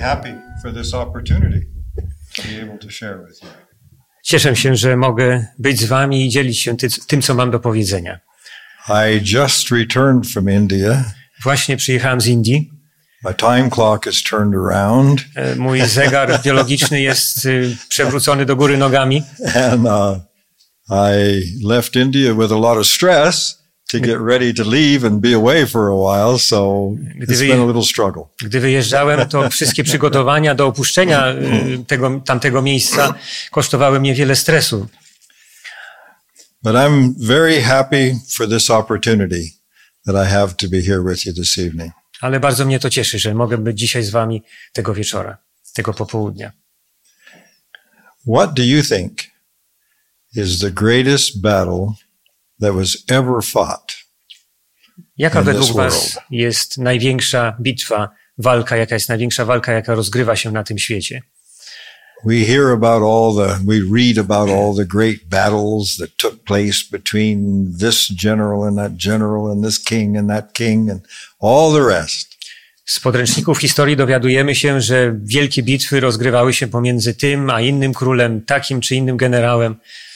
happy for this opportunity to be able to share with you. Cieszę się, że mogę być z wami i dzielić się tym, co mam do powiedzenia. I just returned from India. Właśnie przyjechałem z Indii. My time clock is turned around. Mój zegar biologiczny jest przewrócony do góry nogami. And I left India with a lot of stress to get ready to leave and be away for a while, so it's been a little struggle. Gdy wyjeżdżałem, to wszystkie przygotowania do opuszczenia tamtego miejsca kosztowały mnie wiele stresu. But I'm very happy for this opportunity that I have to be here with you this evening. Ale bardzo mnie to cieszy, że mogę być dzisiaj z wami tego wieczora, tego popołudnia. What do you think is the greatest battle that was ever fought? Jaka według was jest największa bitwa, największa walka, jaka rozgrywa się na tym świecie? We read about all the great battles that took place between this general and this king and that king and all the rest. Z podręczników historii dowiadujemy się, że wielkie bitwy rozgrywały się pomiędzy tym a innym królem, takim czy innym generałem.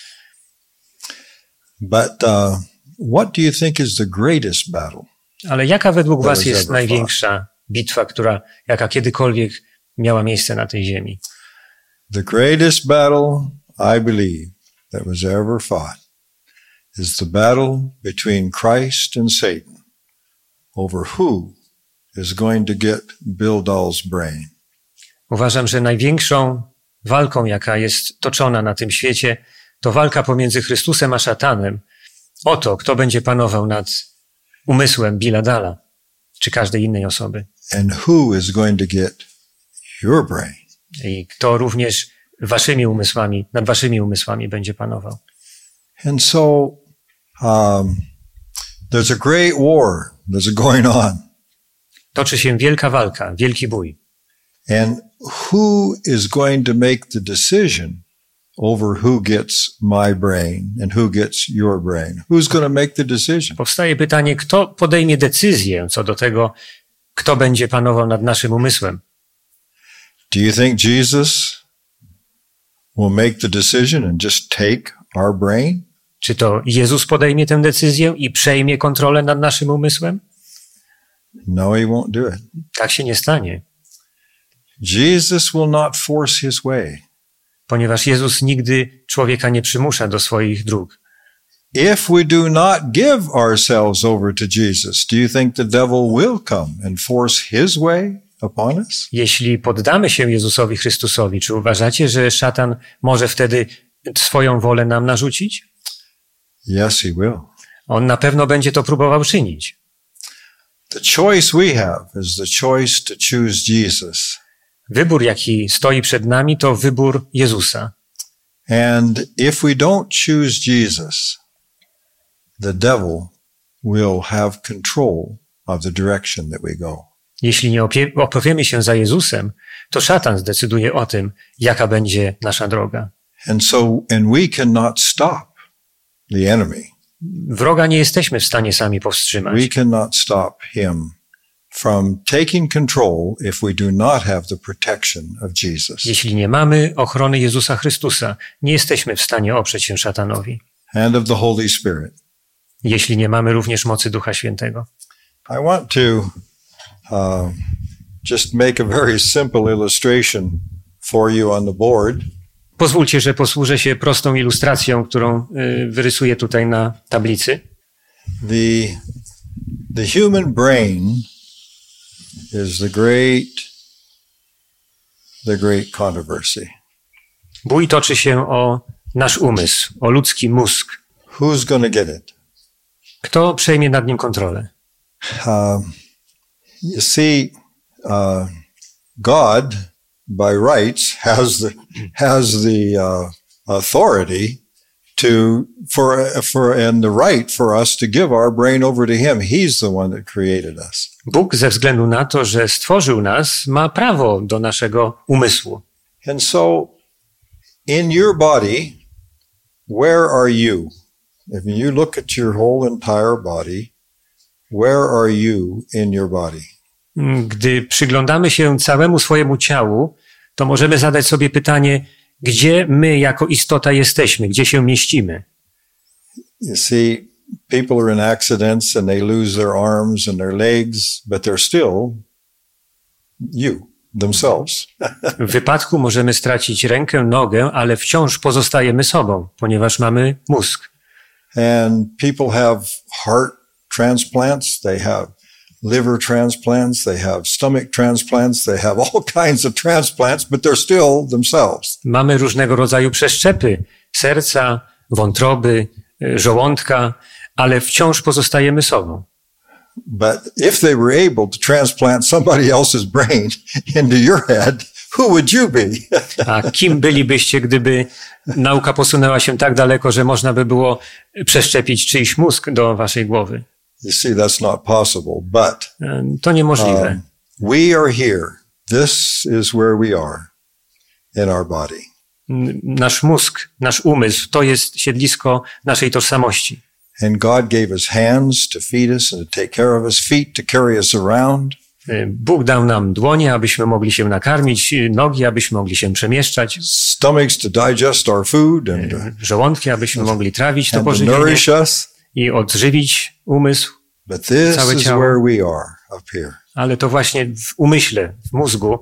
But what do you think is the greatest battle? Ale jaka według was jest największa bitwa, jaka kiedykolwiek miała miejsce na tej ziemi? The greatest battle, I believe, that was ever fought is the battle between Christ and Satan over who is going to get Bildal's brain. Uważam, że największą walką, jaka jest toczona na tym świecie, to walka pomiędzy Chrystusem a szatanem o to, kto będzie panował nad umysłem Biladala czy każdej innej osoby. And who is going to get your brain. I kto również nad waszymi umysłami będzie panował. And so there's a great war that's going on. Toczy się wielka walka, wielki bój. And who is going to make the decision over who gets my brain and who gets your brain? Who's going to make the decision? Powstaje pytanie, kto podejmie decyzję co do tego, kto będzie panował nad naszym umysłem? Do you think Jesus will make the decision and just take our brain? Czy to Jezus podejmie tę decyzję i przejmie kontrolę nad naszym umysłem? No, he won't do it. Tak się nie stanie. Jesus will not force his way. Ponieważ Jezus nigdy człowieka nie przymusza do swoich dróg. If we do not give ourselves over to Jesus, do you think the devil will come and force his way upon us? Jeśli poddamy się Jezusowi Chrystusowi, czy uważacie, że szatan może wtedy swoją wolę nam narzucić? Yes, he will. On na pewno będzie to próbował czynić. The choice we have is the choice to choose Jesus. Wybór, jaki stoi przed nami, to wybór Jezusa. And if we don't choose Jesus, the devil will have control of the direction that we go. Jeśli nie opowiemy się za Jezusem, to szatan zdecyduje o tym, jaka będzie nasza droga. And we cannot stop the enemy. Wroga nie jesteśmy w stanie sami powstrzymać. We cannot stop him from taking control if we do not have the protection of Jesus. Jeśli nie mamy ochrony Jezusa Chrystusa, nie jesteśmy w stanie oprzeć się szatanowi. And of the Holy Spirit. Jeśli nie mamy również mocy Ducha Świętego. I want to just make a very simple illustration for you on the board. Pozwólcie, że posłużę się prostą ilustracją, którą wyrysuję tutaj na tablicy. The human brain is the great controversy. Bój toczy się o nasz umysł, o ludzki mózg. Who's going to get it? Kto przejmie nad nim kontrolę? You see, God, by rights, has the authority and the right for us to give our brain over to Him. He's the one that created us. Bóg ze względu na to, że stworzył nas, ma prawo do naszego umysłu. And so, in your body, where are you? If you look at your whole entire body, where are you in your body? Gdy przyglądamy się całemu swojemu ciału, to możemy zadać sobie pytanie, gdzie my jako istota jesteśmy, gdzie się mieścimy. You see, people are in accidents and they lose their arms and their legs, but they're still you, themselves. W wypadku możemy stracić rękę, nogę, ale wciąż pozostajemy sobą, ponieważ mamy mózg. And people have heart transplants, they have liver transplants, they have stomach transplants, they have all kinds of transplants, but they're still themselves. Mamy różnego rodzaju przeszczepy serca, wątroby, żołądka, ale wciąż pozostajemy sobą. But if they were able to transplant somebody else's brain into your head, who would you be? A kim bylibyście, gdyby nauka posunęła się tak daleko, że można by było przeszczepić czyjś mózg do waszej głowy? You see, that's not possible, but To niemożliwe. we are here. This is where we are in our body. Nasz mózg, nasz umysł, to jest siedlisko naszej tożsamości. And God gave us hands to feed us and to take care of us, feet to carry us around. Bóg dał nam dłonie, abyśmy mogli się nakarmić, nogi, abyśmy mogli się przemieszczać, Stomachs to digest our food and żołądki, abyśmy mogli trawić to to pożywienie nourish us. i odżywić umysł. But this Całe is ciało. where we are up here. Ale to właśnie w umyśle, w mózgu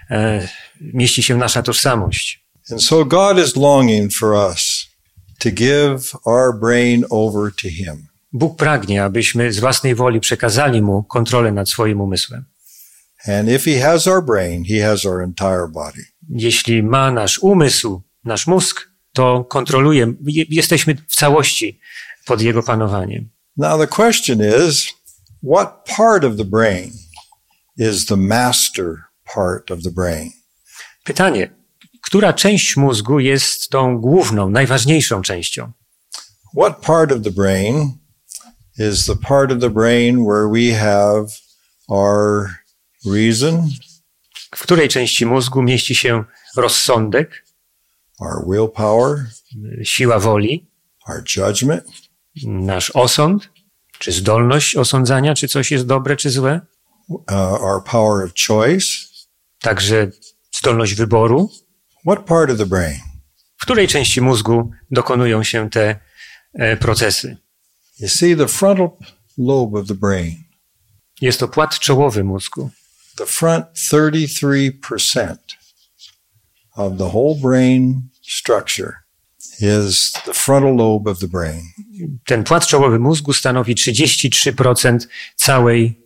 mieści się nasza tożsamość. And so God is longing for us to give our brain over to Him. Bóg pragnie, abyśmy z własnej woli przekazali Mu kontrolę nad swoim umysłem. And if He has our brain, He has our entire body. Jeśli ma nasz umysł, nasz mózg, to kontroluje, jesteśmy w całości pod Jego panowaniem. Now the question is, what part of the brain is the master part of the brain? Pytanie, która część mózgu jest tą główną, najważniejszą częścią? What part of the brain is the part of the brain where we have our reason, W której części mózgu mieści się rozsądek, our willpower, siła woli, our judgment, nasz osąd, czy zdolność osądzania, czy coś jest dobre, czy złe, our power of choice? także zdolność wyboru? What part of the brain? W której części mózgu dokonują się te procesy? You see, the frontal lobe of the brain, Jest to płat czołowy mózgu. the front 33% of the whole brain structure is the frontal lobe of the brain. Ten płat czołowy mózgu stanowi 33% całej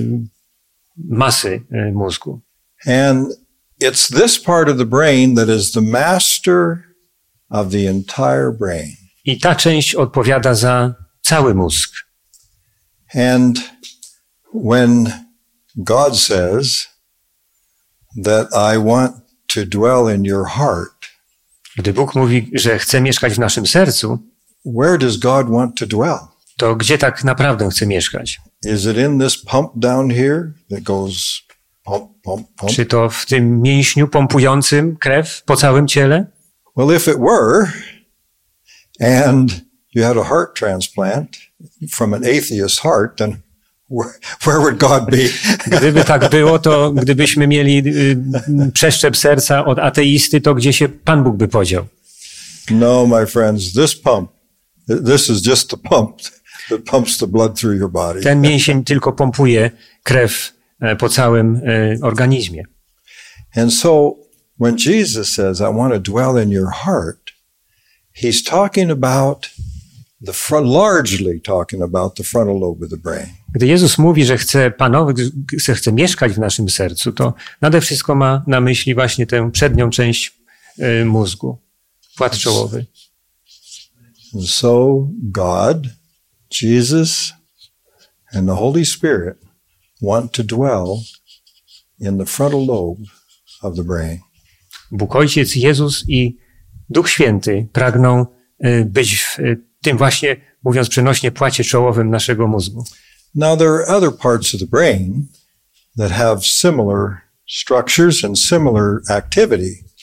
masy mózgu. And it's this part of the brain that is the master of the entire brain. I ta część odpowiada za cały mózg. And when God says that I want to dwell in your heart, Gdy Bóg mówi, że chce mieszkać w naszym sercu, where does God want to dwell? to gdzie tak naprawdę chce mieszkać? Is it in this pump down here that goes pump, pump, pump? Czy to w tym mięśniu pompującym krew po całym ciele? Well, if it were, and you had a heart transplant from an atheist heart, then where would God be? Gdyby tak było, to gdybyśmy mieli przeszczep serca od ateisty, to gdzie się Pan Bóg by podział? No, my friends, this is just the pump that pumps the blood through your body. Ten mięsień tylko pompuje krew po całym organizmie. And so when Jesus says, I want to dwell in your heart, he's talking about largely talking about the frontal lobe of the brain. Gdy Jezus mówi, że chce panować, chce mieszkać w naszym sercu, to nade wszystko ma na myśli właśnie tę przednią część mózgu, płat czołowy. And so God, Jesus, and the Holy Spirit want to dwell in the frontal lobe of the brain. Bóg Ojciec, Jezus i Duch Święty pragną być w tym właśnie, mówiąc przenośnie, płacie czołowym naszego mózgu. Now there are other parts of the brain that have similar structures and similar activity.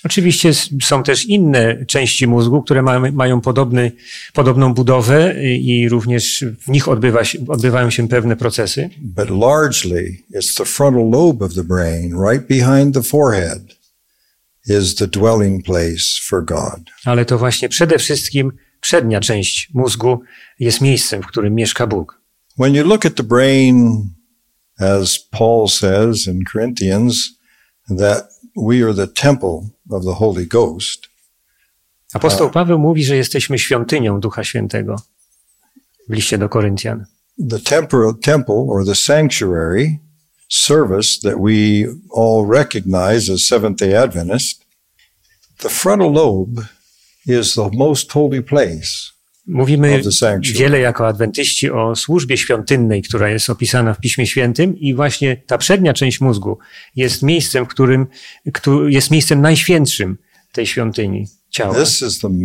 Oczywiście są też inne części mózgu, które mają podobną budowę i również w nich odbywają się pewne procesy. But largely, it's the frontal lobe of the brain, right behind the forehead, is the dwelling place for God. Ale to właśnie przede wszystkim przednia część mózgu jest miejscem, w którym mieszka Bóg. When you look at the brain, as Paul says in Corinthians, that we are the temple of the Holy Ghost. Apostoł Paweł mówi, że jesteśmy świątynią Ducha Świętego w liście do Koryntian. The temple or the sanctuary service that we all recognize as Seventh-day Adventist, the frontal lobe is the most holy place. Mówimy wiele jako adwentyści o służbie świątynnej, która jest opisana w Piśmie Świętym i właśnie ta przednia część mózgu jest miejscem, jest miejscem najświętszym tej świątyni ciała. This is the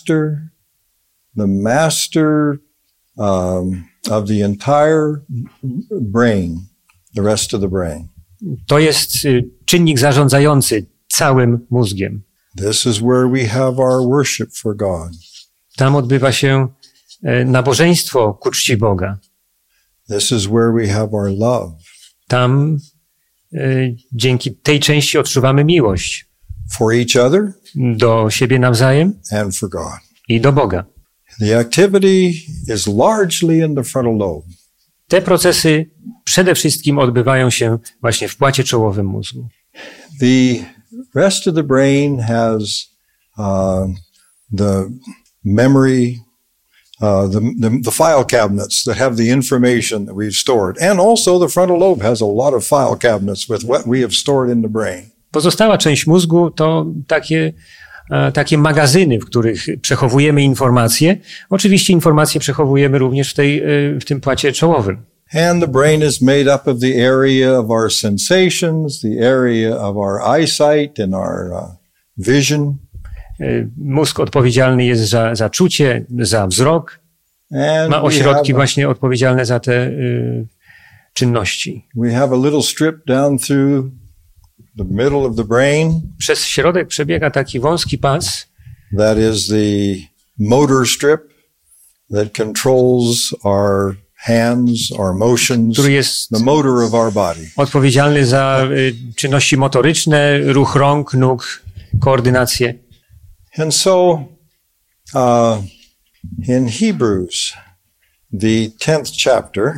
master of the entire brain, the rest of the brain. To jest czynnik zarządzający całym mózgiem. This is where we have our worship for God. Tam odbywa się nabożeństwo ku czci Boga. This is where we have our love. Tam dzięki tej części odczuwamy miłość. For each other. Do siebie nawzajem. And for God. I do Boga. The activity is largely in the frontal lobe. Te procesy przede wszystkim odbywają się właśnie w płacie czołowym mózgu. The rest of the brain has the memory, the file cabinets that have the information that we've stored. And also the frontal lobe has a lot of file cabinets with what we have stored in the brain. Pozostała część mózgu to takie magazyny, w których przechowujemy informacje. Oczywiście informacje przechowujemy również w tym płacie czołowym. And the brain is made up of the area of our sensations, the area of our eyesight and our vision. Mózg odpowiedzialny jest za czucie, za wzrok. Ma ośrodki właśnie odpowiedzialne za te czynności. We have a little strip down through the middle of the brain. Przez środek przebiega taki wąski pas. That is the motor strip that controls our hands, our motions, który jest the motor of our body. Odpowiedzialny za czynności motoryczne, ruch rąk, nóg, koordynację. And so, in Hebrews, the 10th chapter,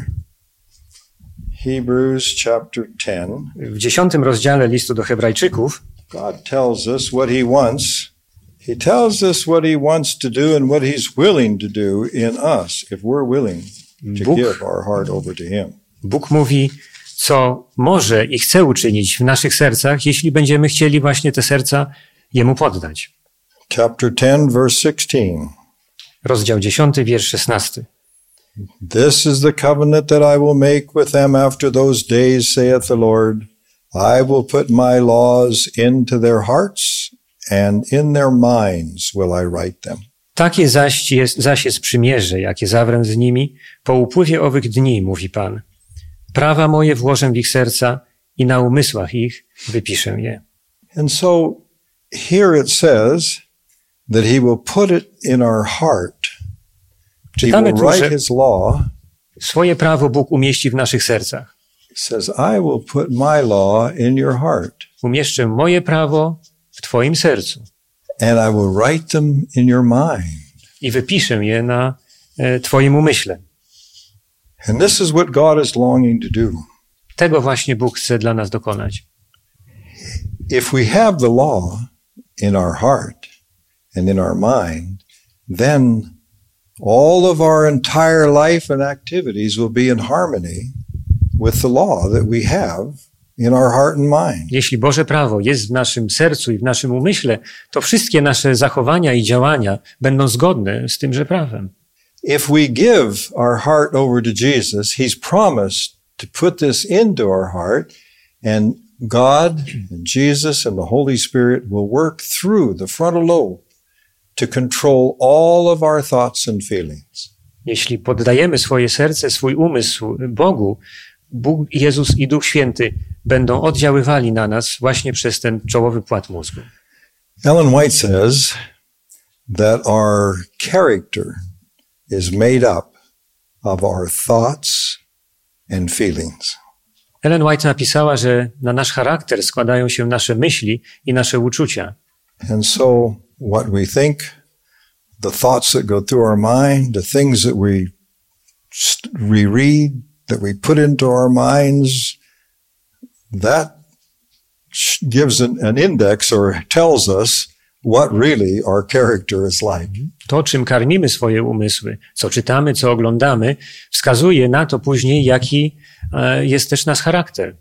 Hebrews chapter 10. W 10 rozdziale listu do Hebrajczyków God tells us what he wants. He tells us what he wants to do and what he's willing to do in us if we're willing to give our heart over to him. Bóg mówi, co może i chce uczynić w naszych sercach, jeśli będziemy chcieli właśnie te serca jemu poddać. Chapter 10, verse 16. Rozdział 10, wiersz 16. This is the covenant that I will make with them after those days, saith the Lord. I will put my laws into their hearts, and in their minds will I write them. Takie zaś jest przymierze, jakie zawrę z nimi po upływie owych dni, mówi Pan. Prawa moje włożę w ich serca i na umysłach ich wypiszę je. And so here it says that he will put it in our heart. Czytamy tu, że swoje prawo Bóg umieści w naszych sercach. Says, I will put my law in your heart. Umieszczę moje prawo w twoim sercu. And I will write them in your mind. I wypiszę je na twoim umyśle. And this is what God is longing to do. Tego właśnie Bóg chce dla nas dokonać. If we have the law in our heart and in our mind, then all of our entire life and activities will be in harmony with the law that we have in our heart and mind. Jeśli Boże prawo jest w naszym sercu i w naszym umyśle, to wszystkie nasze zachowania i działania będą zgodne z tymże prawem. If we give our heart over to Jesus, he's promised to put this into our heart, and God and Jesus and the Holy Spirit will work through the frontal lobe to control all of our thoughts and feelings. Jeśli poddajemy swoje serce, swój umysł Bogu, Bóg, Jezus i Duch Święty będą oddziaływali na nas właśnie przez ten czołowy płat mózgu. Ellen White says that our character is made up of our thoughts and feelings. Ellen White napisała, że na nasz charakter składają się nasze myśli i nasze uczucia. And so what we think, the thoughts that go through our mind, the things that we read, that we put into our minds, that gives an index or tells us what really our character is like. To, czym karmimy swoje umysły, co czytamy, co oglądamy, wskazuje na to później, jaki jest też nasz charakter.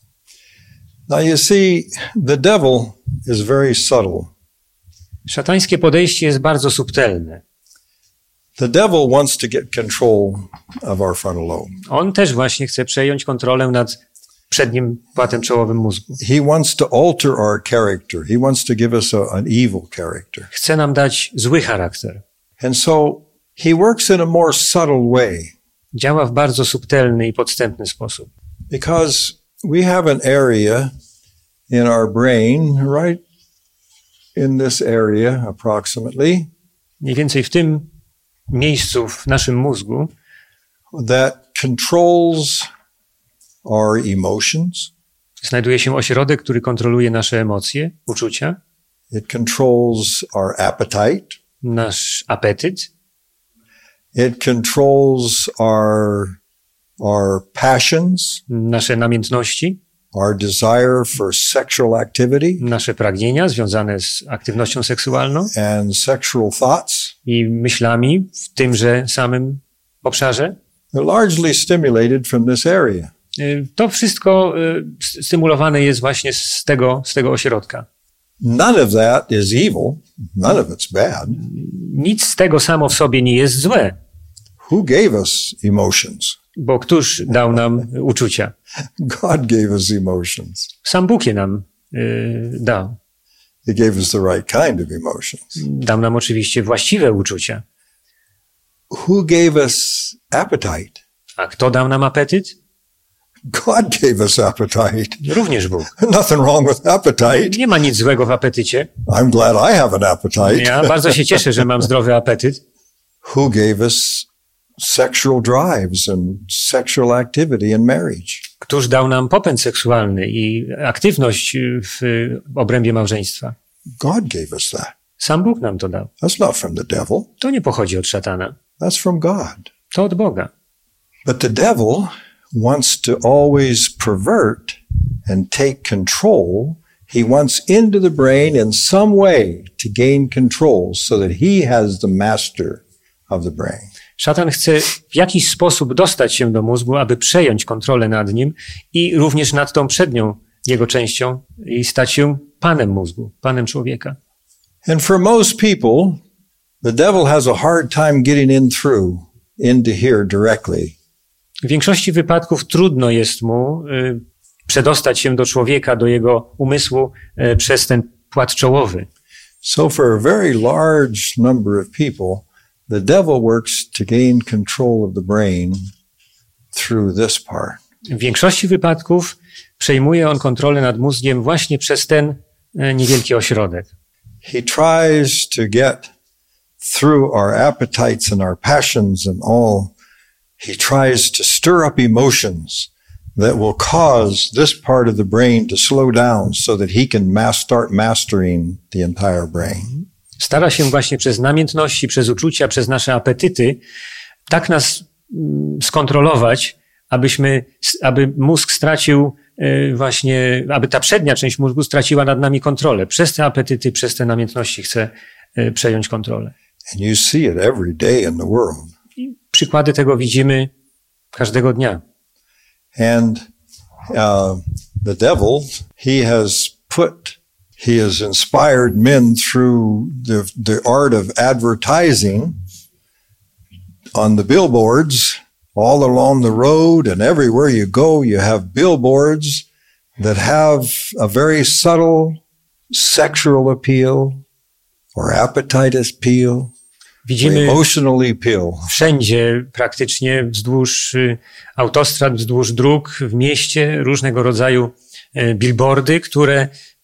Now you see, the devil is very subtle. Szatańskie podejście jest bardzo subtelne. The devil wants to get control of our frontal lobe. On też właśnie chce przejąć kontrolę nad przednim płatem czołowym mózgu. He wants to alter our character. He wants to give us an evil character. Chce nam dać zły charakter. And so he works in a more subtle way. Działa w bardzo subtelny i podstępny sposób. Because we have an area in our brain, right in this area approximately, Mniej więcej w tym miejscu w naszym mózgu, that controls our emotions. znajduje się ośrodek, który kontroluje nasze emocje, uczucia, It controls our appetite. nasz apetyt, It controls our passions, nasze namiętności, our desire for sexual activity nasze pragnienia związane z aktywnością seksualną and sexual thoughts. i myślami w tymże samym obszarze. They're largely stimulated from this area. To wszystko stymulowane jest właśnie z tego ośrodka. None of that is evil. None of it's bad. Nic z tego samo w sobie nie jest złe, Who gave us emotions? bo któż dał nam uczucia? God gave us emotions. Sam Bóg je nam dał. He gave us the right kind of emotions. Dał nam oczywiście właściwe uczucia. Who gave us appetite? A kto dał nam apetyt? God gave us appetite. Również Bóg. Nothing wrong with appetite. Nie ma nic złego w apetycie. I'm glad I have an appetite. Ja bardzo się cieszę, że mam zdrowy apetyt. Who gave us sexual drives and sexual activity in marriage? Któż dał nam popęd seksualny i aktywność w obrębie małżeństwa? God gave us that. Sam Bóg nam to dał. That's not from the devil. To nie pochodzi od szatana. That's from God. To od Boga. But the devil wants to always pervert and take control. He wants into the brain in some way to gain control so that he has the master of the brain. Szatan chce w jakiś sposób dostać się do mózgu, aby przejąć kontrolę nad nim i również nad tą przednią jego częścią i stać się panem mózgu, panem człowieka. And for most people, the devil has a hard time getting into here directly. W większości wypadków trudno jest mu przedostać się do człowieka, do jego umysłu przez ten płat czołowy. So for a very large number of people, the devil works to gain control of the brain through this part. W większości wypadków przejmuje on kontrolę nad mózgiem właśnie przez ten niewielki ośrodek. He tries to get through our appetites and our passions and all. He tries to stir up emotions that will cause this part of the brain to slow down so that he can start mastering the entire brain. Stara się właśnie przez namiętności, przez uczucia, przez nasze apetyty tak nas skontrolować, aby mózg stracił właśnie, aby ta przednia część mózgu straciła nad nami kontrolę. Przez te apetyty, przez te namiętności chce przejąć kontrolę. And you see it every day in the world. I przykłady tego widzimy każdego dnia. And the devil, he has inspired men through the art of advertising on the billboards all along the road, and everywhere you go, you have billboards that have a very subtle sexual appeal or appetite appeal. Widzimy appeal. Wszędzie praktycznie wzdłuż autostrad, wzdłuż dróg w mieście różnego rodzaju billboardy, które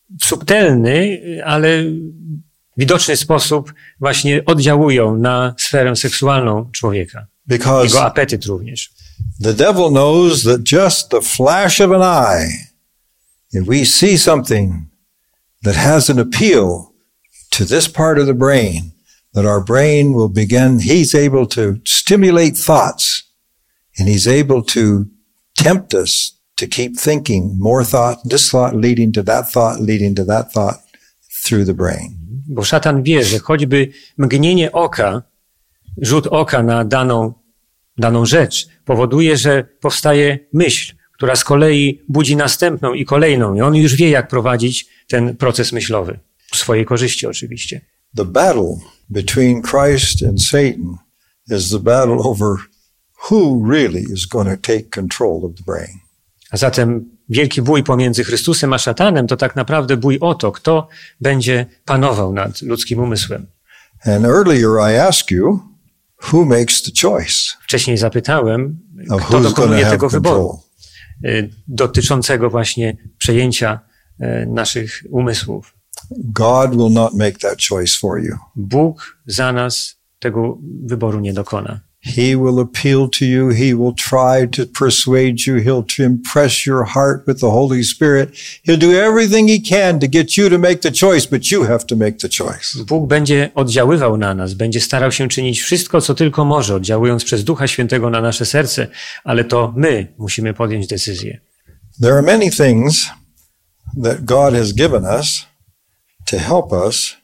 w subtelny, ale widoczny sposób właśnie oddziałują na sferę seksualną człowieka. Because Jego apetyt również. the devil knows that just the flash of an eye, if we see something that has an appeal to this part of the brain, that our brain will begin, he's able to stimulate thoughts, and he's able to tempt us to keep thinking more thought, this thought leading to that thought, leading to that thought through the brain. Bo szatan wie, że choćby mgnienie oka, rzut oka na daną rzecz powoduje, że powstaje myśl, która z kolei budzi następną i kolejną. I on już wie, jak prowadzić ten proces myślowy. W swojej korzyści oczywiście. The battle between Christ and Satan is the battle over who really is going to take control of the brain. A zatem wielki bój pomiędzy Chrystusem a szatanem to tak naprawdę bój o to, kto będzie panował nad ludzkim umysłem. And earlier I asked you, who makes the choice Wcześniej zapytałem, of kto who's going dokonuje to have tego wyboru control? dotyczącego właśnie przejęcia naszych umysłów. God will not make that choice for you. Bóg za nas tego wyboru nie dokona. He will appeal to you. He will try to persuade you. He'll impress your heart with the Holy Spirit. He'll do everything he can to get you to make the choice, but you have to make the choice. Bóg będzie oddziaływał na nas, będzie starał się czynić wszystko, co tylko może, oddziałując przez Ducha Świętego na nasze serce, ale to my musimy podjąć decyzję. There are many things that God has given us to help us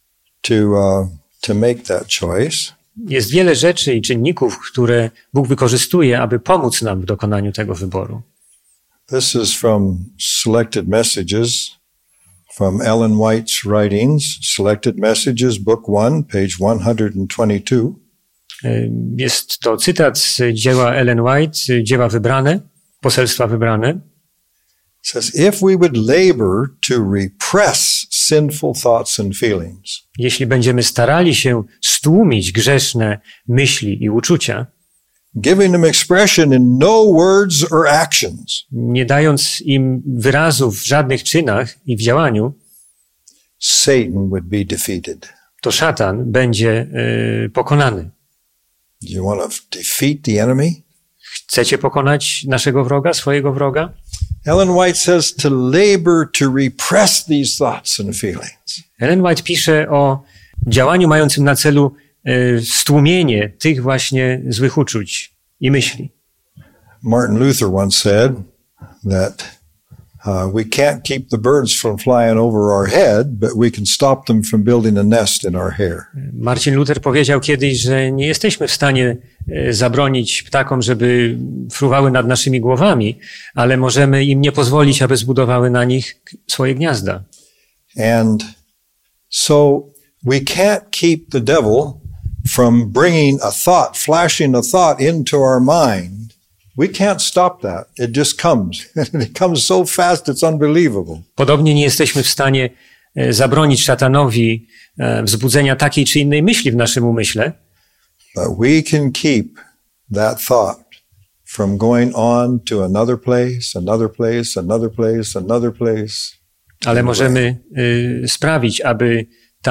to make that choice. Jest wiele rzeczy i czynników, które Bóg wykorzystuje, aby pomóc nam w dokonaniu tego wyboru. This is from Selected Messages, from Ellen White's writings, Selected Messages, Book 1, page 122. Jest to cytat z dzieła Ellen White, dzieła wybrane, poselstwa wybrane. It says, if we would labor to repress sinful thoughts and feelings, Jeśli będziemy starali się stłumić grzeszne myśli i uczucia, giving them expression in no words or actions, nie dając im wyrazu w żadnych czynach i w działaniu, Satan would be defeated. to szatan będzie pokonany. Do you want to defeat the enemy? Chcecie pokonać naszego wroga, swojego wroga? Ellen White says to labor to repress these thoughts and feelings. Ellen White pisze o działaniu mającym na celu stłumienie tych właśnie złych uczuć i myśli. Martin Luther once said that we can't keep the birds from flying over our head, but we can stop them from building a nest in our hair. Marcin Luther powiedział kiedyś, że nie jesteśmy w stanie zabronić ptakom, żeby fruwały nad naszymi głowami, ale możemy im nie pozwolić, aby zbudowały na nich swoje gniazda. And so we can't keep the devil from bringing a thought, flashing a thought into our mind. We can't stop that. It just comes. It comes so fast, it's unbelievable. Podobnie nie jesteśmy w stanie zabronić szatanowi wzbudzenia takiej czy innej myśli w naszym umyśle, But we can keep that thought from going on to another place, another place, another place, another place. ale możemy sprawić, aby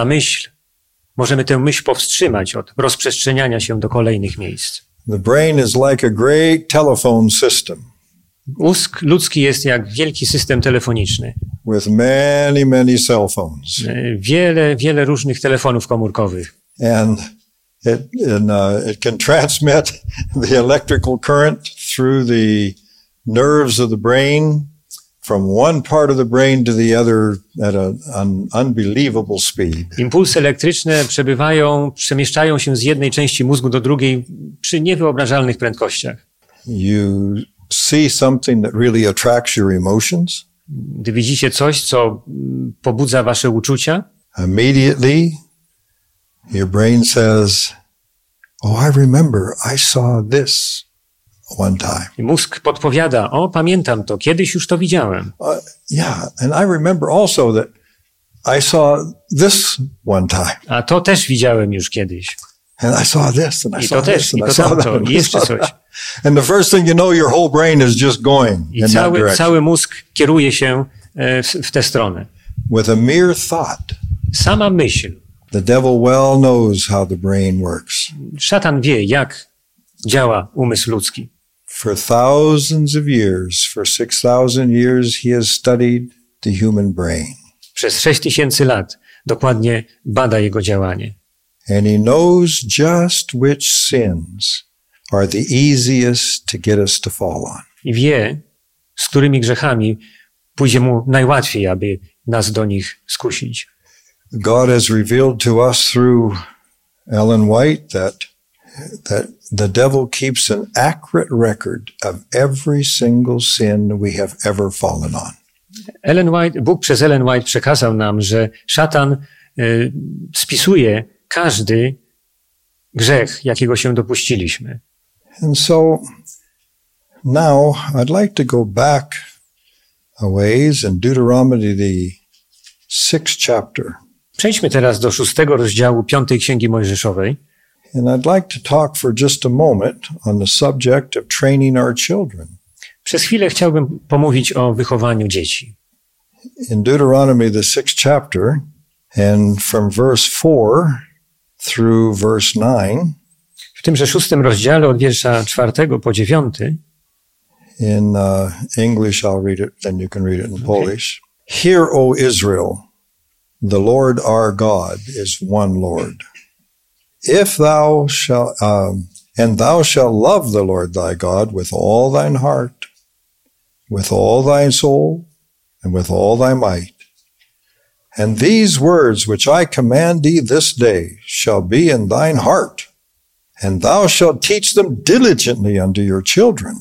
możemy tę myśl powstrzymać od rozprzestrzeniania się do kolejnych miejsc. The brain is like a great telephone system Mózg ludzki jest jak wielki system telefoniczny. with many, many cell phones. Wiele różnych telefonów komórkowych. And it can transmit the electrical current through the nerves of the brain from one part of the brain to the other at an unbelievable speed. Impulsy elektryczne przemieszczają się z jednej części mózgu do drugiej przy niewyobrażalnych prędkościach. You see something that really attracts your emotions. Gdy widzicie coś, co pobudza wasze uczucia, Immediately, your brain says, oh, I remember I saw this one time. i mózg podpowiada, pamiętam to, kiedyś już to widziałem. Yeah, and I remember also that I saw this one time. A to też widziałem już kiedyś. And I saw this, and I I saw to this, też, i and to I saw tamto, that. i jeszcze coś. And the first thing you know, your whole brain is just going I in that direction. cały mózg kieruje się w tę stronę. with a mere thought. Sama myśl. The devil well knows how the brain works. Szatan wie, jak działa umysł ludzki. For thousands of years, for 6,000 years, he has studied the human brain. Przez 6000 lat dokładnie bada jego działanie. And he knows just which sins are the easiest to get us to fall on. I wie, z którymi grzechami pójdzie mu najłatwiej, aby nas do nich skusić. God has revealed to us through Ellen White that the devil keeps an accurate record of every single sin we have ever fallen on. Bóg przez Ellen White przekazał nam, że szatan spisuje każdy grzech, jakiego się dopuściliśmy. And so now I'd like to go back a ways in Deuteronomy, the 6th chapter. Przejdźmy teraz do 6 rozdziału 5 Księgi Mojżeszowej. And I'd like to talk for just a moment on the subject of training our children. Przez chwilę chciałbym pomówić o wychowaniu dzieci. In Deuteronomy, the 6th chapter, and from verse 4 through verse 9, w tymże 6 rozdziale od wiersza 4 po 9, in English I'll read it, then you can read it in Polish. Hear, O Israel, the Lord our God is one Lord. If thou shalt, and thou shalt love the Lord thy God with all thine heart, with all thy soul, and with all thy might. And these words which I command thee this day shall be in thine heart, and thou shalt teach them diligently unto your children,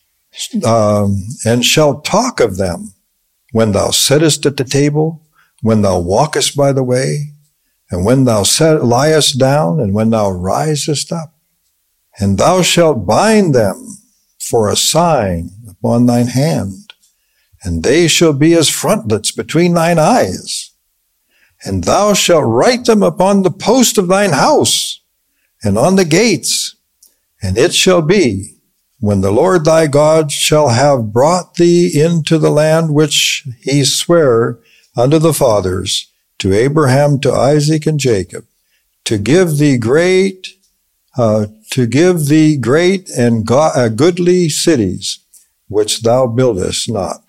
and shalt talk of them when thou sittest at the table, when thou walkest by the way, and when thou liest down, and when thou risest up. And thou shalt bind them for a sign upon thine hand, and they shall be as frontlets between thine eyes. And thou shalt write them upon the post of thine house, and on the gates. And it shall be, when the Lord thy God shall have brought thee into the land which he sware unto the fathers, to Abraham, to Isaac, and Jacob, to give thee great and goodly cities, which thou buildest not.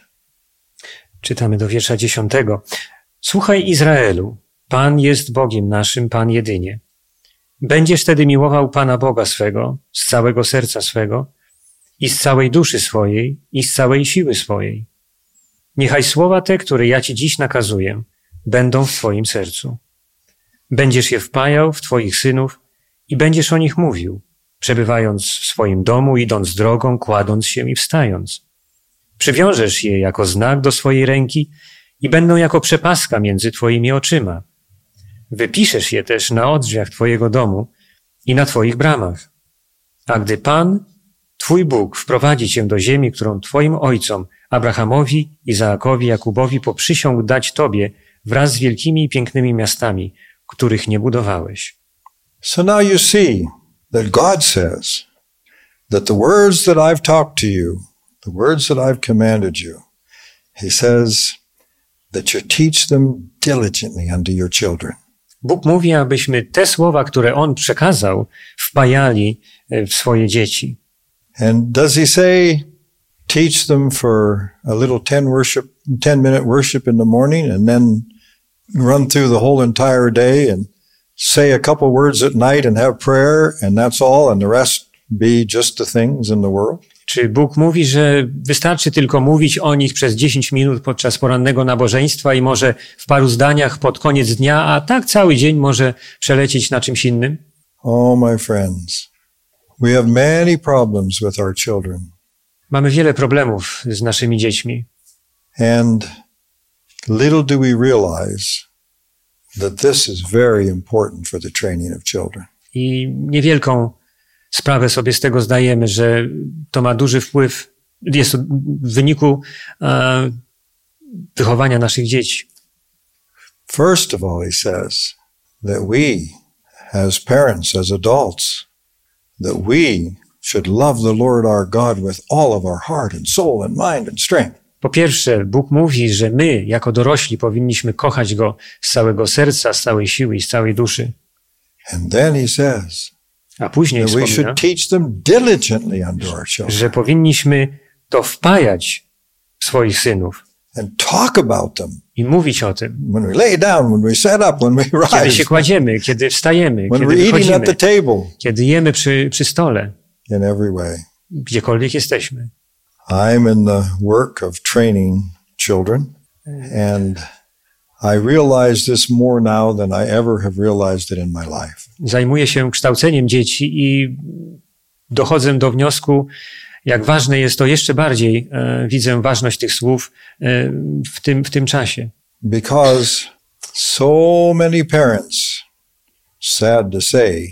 Czytamy do wiersza 10. Słuchaj, Izraelu, Pan jest Bogiem naszym, Pan jedynie. Będziesz tedy miłował Pana Boga swego, z całego serca swego, i z całej duszy swojej, i z całej siły swojej. Niechaj słowa te, które ja ci dziś nakazuję, będą w twoim sercu. Będziesz je wpajał w twoich synów i będziesz o nich mówił, przebywając w swoim domu, idąc drogą, kładąc się i wstając. Przywiążesz je jako znak do swojej ręki i będą jako przepaska między twoimi oczyma. Wypiszesz je też na odrzwiach twojego domu i na twoich bramach. A gdy Pan, twój Bóg, wprowadzi cię do ziemi, którą twoim ojcom, Abrahamowi, Izaakowi, Jakubowi poprzysiągł dać tobie wraz z wielkimi i pięknymi miastami, których nie budowałeś. So now you see that God says that the words that I've talked to you, the words that I've commanded you, he says that you teach them diligently unto your children. Bóg mówi, abyśmy te słowa, które On przekazał, wpajali w swoje dzieci. And does he say, teach them for a little 10-minute worship in the morning and then run through the whole entire day and say a couple words at night and have prayer and that's all and the rest be just the things in the world? Czy Bóg mówi, że wystarczy tylko mówić o nich przez 10 minut podczas porannego nabożeństwa i może w paru zdaniach pod koniec dnia, a tak cały dzień może przelecieć na czymś innym? Oh, my friends, we have many problems with our children. Mamy wiele problemów z naszymi dziećmi. And little do we realize that this is very important for the training of children. I niewielką sprawę sobie z tego zdajemy, że to ma duży wpływ, jest to w wyniku wychowania naszych dzieci. First of all, he says that we, as parents, as adults, that we should love the Lord our God with all of our heart and soul and mind and strength. Po pierwsze, Bóg mówi, że my, jako dorośli, powinniśmy kochać Go z całego serca, z całej siły i z całej duszy. And then he says A później that we wspomina, should teach them diligently unto our children że powinniśmy to wpajać w swoich synów and talk about them i mówić o tym. when we lay down, when we set up, when we Kiedy rise, się kładziemy, kiedy wstajemy, when kiedy we're eating wychodzimy, at the table, kiedy jemy przy stole, in every way. gdziekolwiek jesteśmy. I'm in the work of training children, and I realize this more now than I ever have realized it in my life. Zajmuję się kształceniem dzieci i dochodzę do wniosku, jak ważne jest to jeszcze bardziej, widzę ważność tych słów w tym czasie. Because so many parents, sad to say,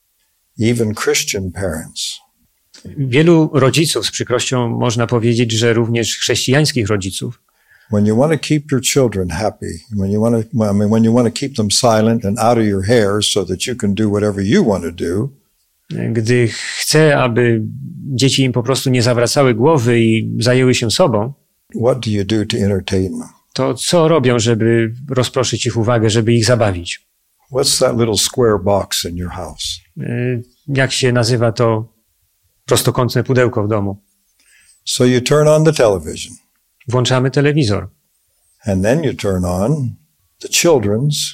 even Christian parents, Wielu rodziców, z przykrością można powiedzieć, że również chrześcijańskich rodziców, when you want to keep your children happy, when you want to keep them silent and out of your hair so that you can do whatever you want to do, gdy chce, aby dzieci im po prostu nie zawracały głowy i zajęły się sobą, what do you do to entertain them? to co robią, żeby rozproszyć ich uwagę, żeby ich zabawić? What's that little square box in your house? Jak się nazywa to prostokątne pudełko w domu? So you turn on the television, Włączamy telewizor. and then you turn on the children's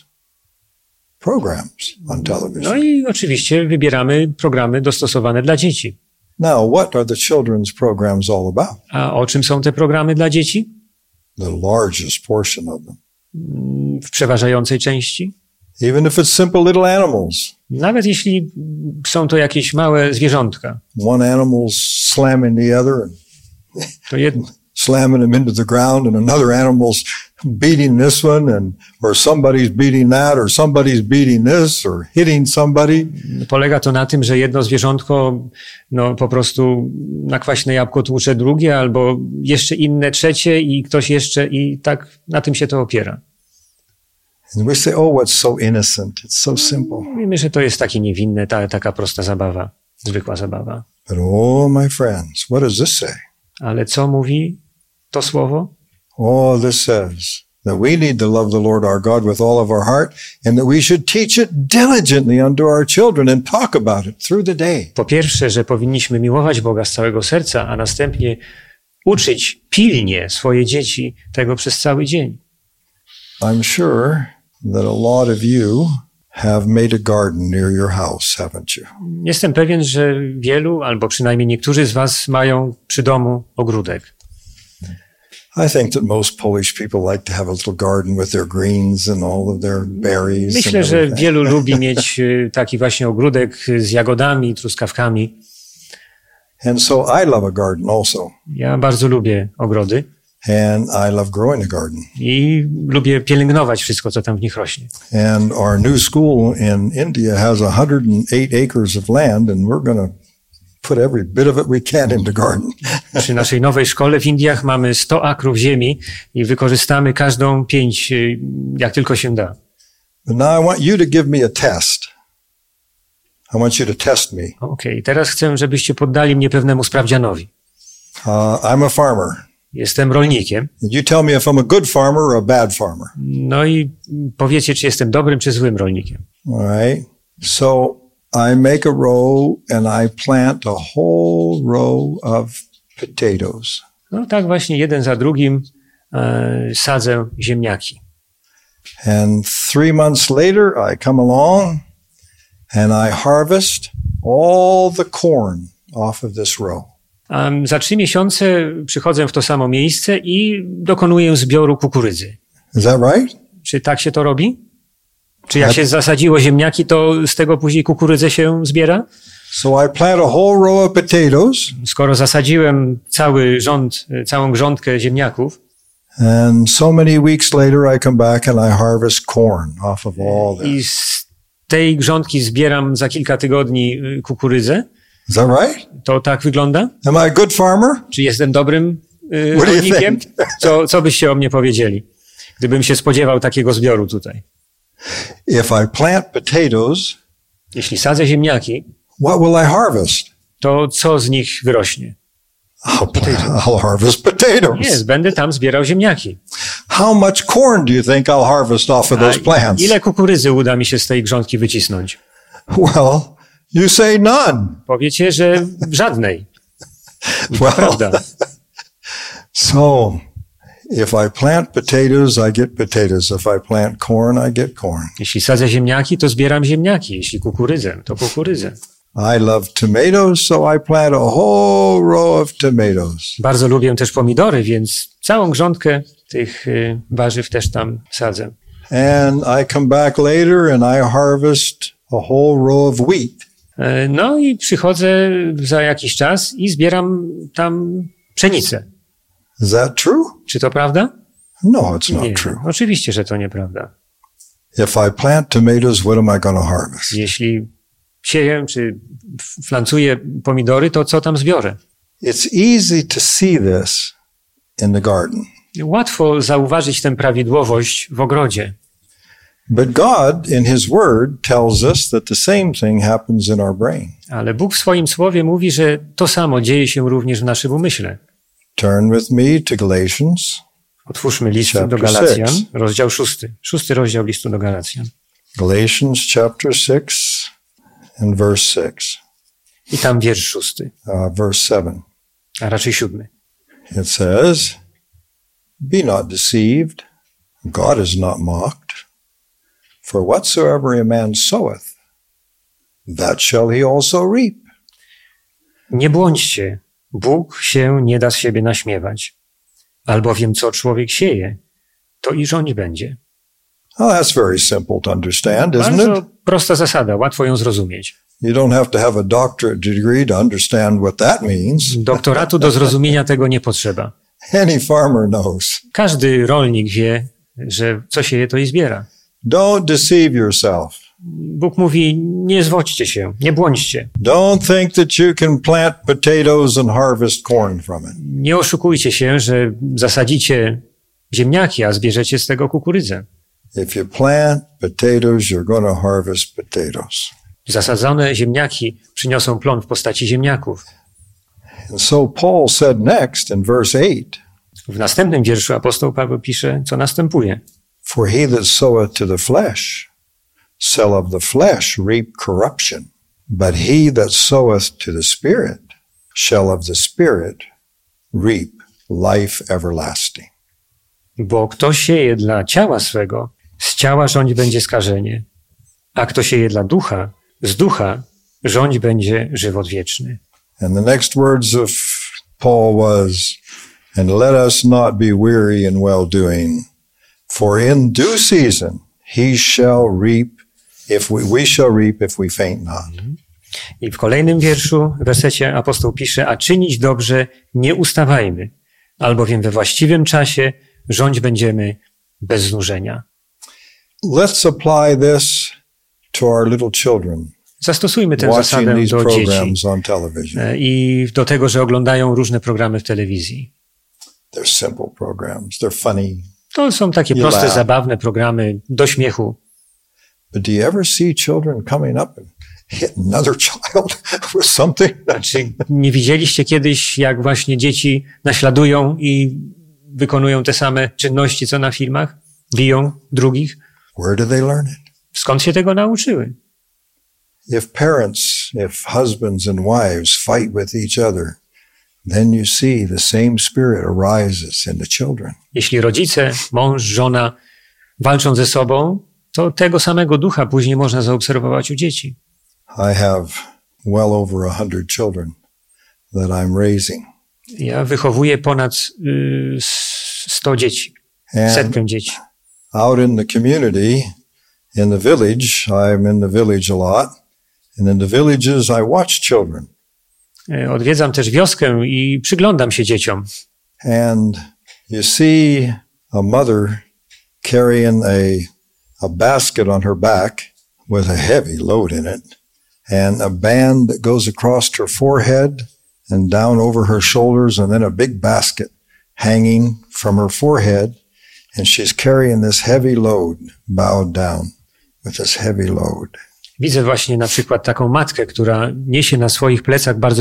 programs on television. No i oczywiście wybieramy programy dostosowane dla dzieci. Now, what are the children's programs all about? A o czym są te programy dla dzieci? The largest portion of them. W przeważającej części. Even if it's simple little animals. Nawet jeśli są to jakieś małe zwierzątka. One animal's slamming the other and To jedno. slamming them into the ground, and another animal's beating this one, or somebody's beating that, or somebody's beating this, or hitting somebody. Polega to na tym, że jedno zwierzątko po prostu na kwaśne jabłko tłucze drugie, albo jeszcze inne trzecie i ktoś jeszcze i tak na tym się to opiera. And we say, oh, what's so innocent. It's so simple. Mówimy, że to jest takie niewinne, taka prosta zabawa, zwykła zabawa. But oh, my friends, what does this say? Ale co mówi to słowo? Oh, this says that we need to love the Lord our God with all of our heart, and that we should teach it diligently unto our children and talk about it through the day. Po pierwsze, że powinniśmy miłować Boga z całego serca, a następnie uczyć pilnie swoje dzieci tego przez cały dzień. I'm sure that a lot of you have made a garden near your house, haven't you? Jestem pewien, że wielu, albo przynajmniej niektórzy z was mają przy domu ogródek. I think that most Polish people like to have a little garden with their greens and all of their berries. Myślę, że wielu lubi mieć taki właśnie ogródek z jagodami, truskawkami. And so I love a garden also. Ja bardzo lubię ogrody And I love growing a garden. i lubię pielęgnować wszystko, co tam w nich rośnie. And our new school in India has 108 acres of land, and we're going to put every bit of it we can in the garden. Przy naszej nowej szkole w Indiach mamy 100 akrów ziemi i wykorzystamy każdą 5, jak tylko się da. But now I want you to give me a test. I want you to test me. Okej, teraz chcę, żebyście poddali mnie pewnemu sprawdzianowi. I'm a farmer. Jestem rolnikiem. And you tell me if I'm a good farmer or a bad farmer. No i powiecie, czy jestem dobrym, czy złym rolnikiem. All right. So I make a row and I plant a whole row of potatoes. No tak właśnie jeden za drugim sadzę ziemniaki. And 3 months later I come along and I harvest all the corn off of this row. A za 3 miesiące przychodzę w to samo miejsce i dokonuję zbioru kukurydzy. Is that right? Czy tak się to robi? Czy jak się zasadziło ziemniaki, to z tego później kukurydzę się zbiera? So I plant a whole row of potatoes. Skoro zasadziłem całą grządkę ziemniaków, And so many weeks later I come back and I harvest corn off of all i this. z tej grządki zbieram za kilka tygodni kukurydzę, Is that right? to tak wygląda? Am I a good farmer? Czy jestem dobrym What do you rolnikiem? think? Co byście o mnie powiedzieli, gdybym się spodziewał takiego zbioru tutaj? If I plant potatoes, Jeśli sadzę ziemniaki, what will I harvest? to co z nich wyrośnie? I'll harvest potatoes. Nie, będę tam zbierał ziemniaki. How much corn do you think I'll harvest off of those plants? Ile kukurydzy uda mi się z tej grządki wycisnąć? Well, you say none. Powiecie, że żadnej. Well, Prawda. So, if I plant potatoes, I get potatoes. If I plant corn, I get corn. Jeśli sadzę ziemniaki, to zbieram ziemniaki. Jeśli kukurydzę, to kukurydzę. I love tomatoes, so I plant a whole row of tomatoes. Bardzo lubię też pomidory, więc całą grządkę tych warzyw też tam sadzę. And I come back later and I harvest a whole row of wheat. No i przychodzę za jakiś czas i zbieram tam pszenicę. Is that true? Czy to prawda? No, it's not Nie, true. oczywiście, że to nieprawda. If I plant tomatoes, what am I going to harvest? Jeśli sieję czy flancuję pomidory, to co tam zbiorę? It's easy to see this in the garden. Łatwo zauważyć tę prawidłowość w ogrodzie. But God, in His Word, tells us that the same thing happens in our brain. Ale Bóg w swoim słowie mówi, że to samo dzieje się również w naszym umyśle. Turn with me to Galatians. Otwórzmy list do Chapter Galacjan, 6. rozdział 6. 6 rozdział listu do Galacjan. Galatians chapter 6 and verse 6. I tam wiersz 6, Verse 7. a raczej 7. It says, Be not deceived, God is not mocked. For whatsoever a man soweth, that shall he also reap. Nie błądźcie, Bóg się nie da z siebie naśmiewać. Albowiem co człowiek sieje, to i rządź będzie. Oh, that's very simple to understand, isn't Bardzo it? prosta zasada, łatwo ją zrozumieć. You don't have to have a doctorate degree to understand what that means. Doktoratu do zrozumienia tego nie potrzeba. Any farmer knows. Każdy rolnik wie, że co sieje, to i zbiera. Don't deceive yourself. Bóg mówi, nie zwodźcie się, nie błądźcie. Don't think that you can plant potatoes and harvest corn from it. Nie oszukujcie się, że zasadzicie ziemniaki, a zbierzecie z tego kukurydzę. If you plant potatoes, you're going to harvest potatoes. Zasadzone ziemniaki przyniosą plon w postaci ziemniaków. And so Paul said next in verse 8, W następnym wierszu apostoł Paweł pisze, co następuje. For he that soweth to the flesh shall of the flesh reap corruption, but he that soweth to the Spirit shall of the Spirit reap life everlasting. Bo kto sieje dla ciała swego, z ciała rządź będzie skażenie, a kto sieje dla ducha, z ducha rządź będzie żywot wieczny. And the next words of Paul was, And let us not be weary in well-doing, for in due season he shall reap, we shall reap if we faint not. I w kolejnym wierszu, wersecie apostoł pisze, a czynić dobrze nie ustawajmy, albowiem we właściwym czasie rządź będziemy bez znużenia. Let's apply this to our little children Zastosujmy tę watching zasadę these do dzieci programs on television. i do tego, że oglądają różne programy w telewizji. They're simple programs. They're funny. To są takie You proste, laugh. zabawne programy do śmiechu. But do you ever see children coming up and hit another child with something? Czy nie widzieliście kiedyś, jak właśnie dzieci naśladują i wykonują te same czynności, co na filmach? Biją drugich? Where do they learn it? Skąd się tego nauczyły? If parents, if husbands and wives fight with each other, then you see the same spirit arises in the children. Jeśli rodzice, mąż, żona walczą ze sobą, to tego samego ducha później można zaobserwować u dzieci. I have well over 100 children that I'm raising. Ja wychowuję ponad 100 dzieci, And setkę dzieci. out in the community, in the village, I'm in the village a lot, and in the villages I watch children. Odwiedzam też wioskę i przyglądam się dzieciom. And you see a mother carrying a basket on her back with a heavy load in it, and a band that goes across her forehead and down over her shoulders, and then a big basket hanging from her forehead, and she's carrying this heavy load, bowed down with this heavy load. Widzę właśnie na przykład taką matkę, która niesie na swoich plecach bardzo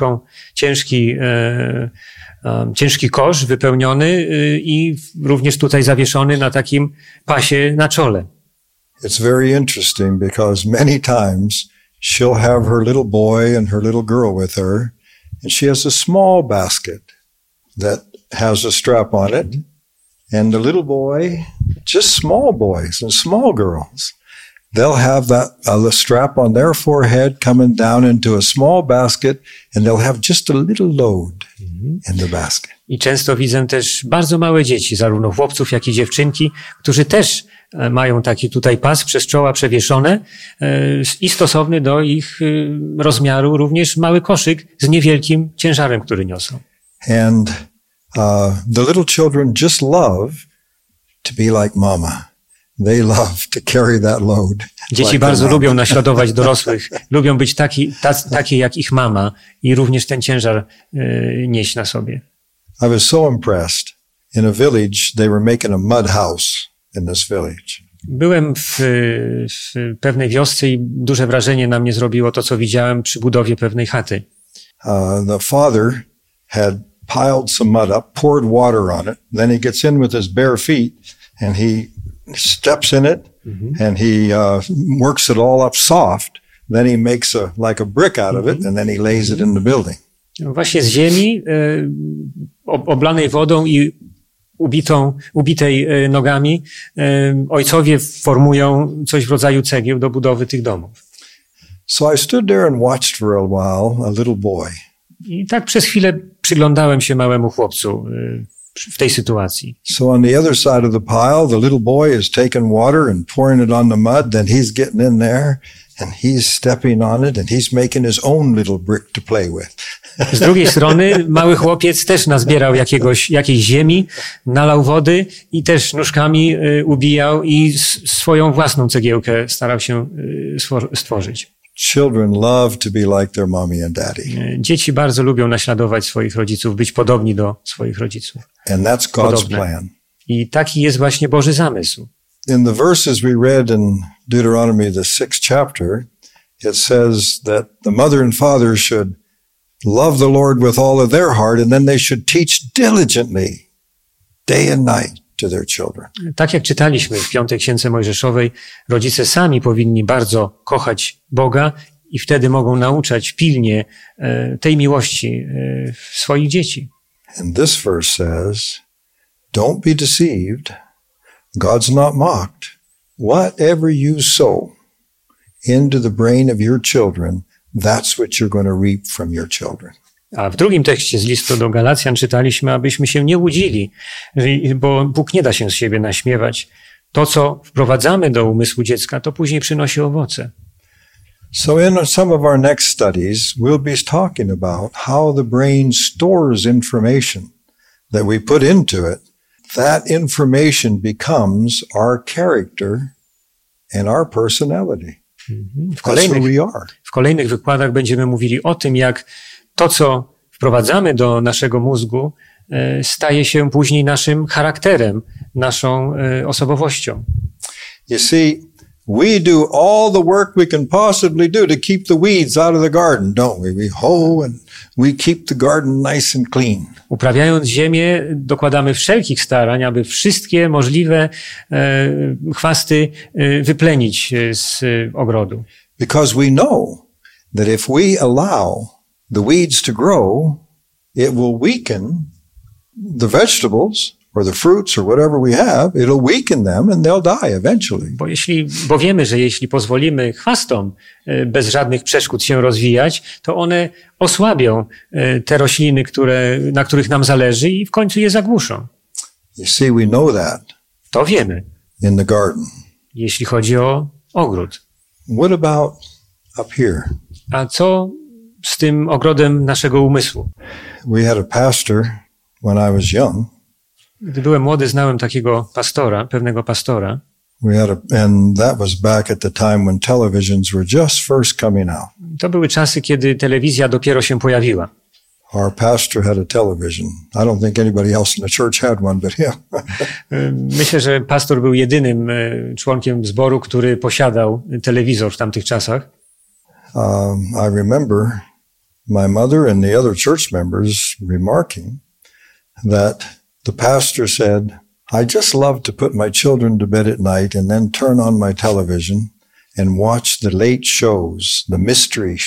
ciężki kosz wypełniony i również tutaj zawieszony na takim pasie na czole. It's very interesting because many times she'll have her little boy and her little girl with her, and she has a small basket that has a strap on it, and the little boy, just small boys and small girls, they'll have a strap on their forehead coming down into a small basket, and they'll have just a little load in the basket. I często widzę też bardzo małe dzieci, zarówno chłopców, jak i dziewczynki, którzy też mają taki tutaj pas przez czoła przewieszone i stosowny do ich rozmiaru również mały koszyk z niewielkim ciężarem, który niosą. And the little children just love to be like mama. They love to carry that load. Dzieci like bardzo lubią naśladować dorosłych, lubią być takie jak ich mama i również ten ciężar nieść na sobie. I was so impressed. In a village, they were making a mud house in this village. Byłem w pewnej wiosce i duże wrażenie na mnie zrobiło to, co widziałem przy budowie pewnej chaty. The father had piled some mud up, poured water on it. Then he gets in with his bare feet and he steps in it and he works it all up soft. Then he makes like a brick out of it and then he lays it in the building. Właśnie z ziemi oblanej wodą i ubitej nogami ojcowie formują coś w rodzaju cegieł do budowy tych domów. So I stood there and watched for a while a little boy. I tak przez chwilę przyglądałem się małemu chłopcu w tej sytuacji. So on the other side of the pile, the little boy is taking water and pouring it on the mud, then he's getting in there and he's stepping on it and he's making his own little brick to play with. Z drugiej strony mały chłopiec też nazbierał jakiejś ziemi, nalał wody i też nóżkami ubijał i swoją własną cegiełkę starał się stworzyć. Children love to be like their mommy and daddy. Dzieci bardzo lubią naśladować swoich rodziców, być podobni do swoich rodziców. And that's God's plan. I taki jest właśnie Boży zamysł. In the verses we read in Deuteronomy, the 6th chapter, it says that the mother and father should love the Lord with all of their heart, and then they should teach diligently, day and night, to their children. Tak jak czytaliśmy w 5. Księdze Mojżeszowej, rodzice sami powinni bardzo kochać Boga i wtedy mogą nauczać pilnie tej miłości swoich dzieci. And this verse says, don't be deceived. God's not mocked. Whatever you sow into the brain of your children, that's what you're going to reap from your children. A w drugim tekście z listu do Galacjan czytaliśmy, abyśmy się nie łudzili, bo Bóg nie da się z siebie naśmiewać. To, co wprowadzamy do umysłu dziecka, to później przynosi owoce. So in some of our next studies, we'll be talking about how the brain stores information that we put into it. That information becomes our character and our personality. W kolejnych wykładach będziemy mówili o tym, jak to, co wprowadzamy do naszego mózgu, staje się później naszym charakterem, naszą osobowością. You see, we do all the work we can possibly do to keep the weeds out of the garden, don't we? We hoe and we keep the garden nice and clean. Uprawiając ziemię, dokładamy wszelkich starań, aby wszystkie możliwe chwasty wyplenić z ogrodu. Because we know that if we allow the weeds to grow, it will weaken the vegetables or the fruits or whatever we have. It'll weaken them and they'll die eventually. Bo wiemy, że jeśli pozwolimy chwastom bez żadnych przeszkód się rozwijać, to one osłabią te rośliny, na których nam zależy i w końcu je zagłuszą. You see, we know that. To wiemy. In the garden. Jeśli chodzi o ogród. What about up here? A co z tym ogrodem naszego umysłu? We had a pastor when I was young. Gdy byłem młody, znałem takiego pewnego pastora. And that was back at the time when televisions were just first coming out. To były czasy, kiedy telewizja dopiero się pojawiła. Our pastor had a television. I don't think anybody else in the church had one but him. Myślę, że pastor był jedynym członkiem zboru, który posiadał telewizor w tamtych czasach. I remember my mother and the other church members remarking that the pastor said, I just love to put my children to bed at night and then turn on my television and watch the late shows, the mystery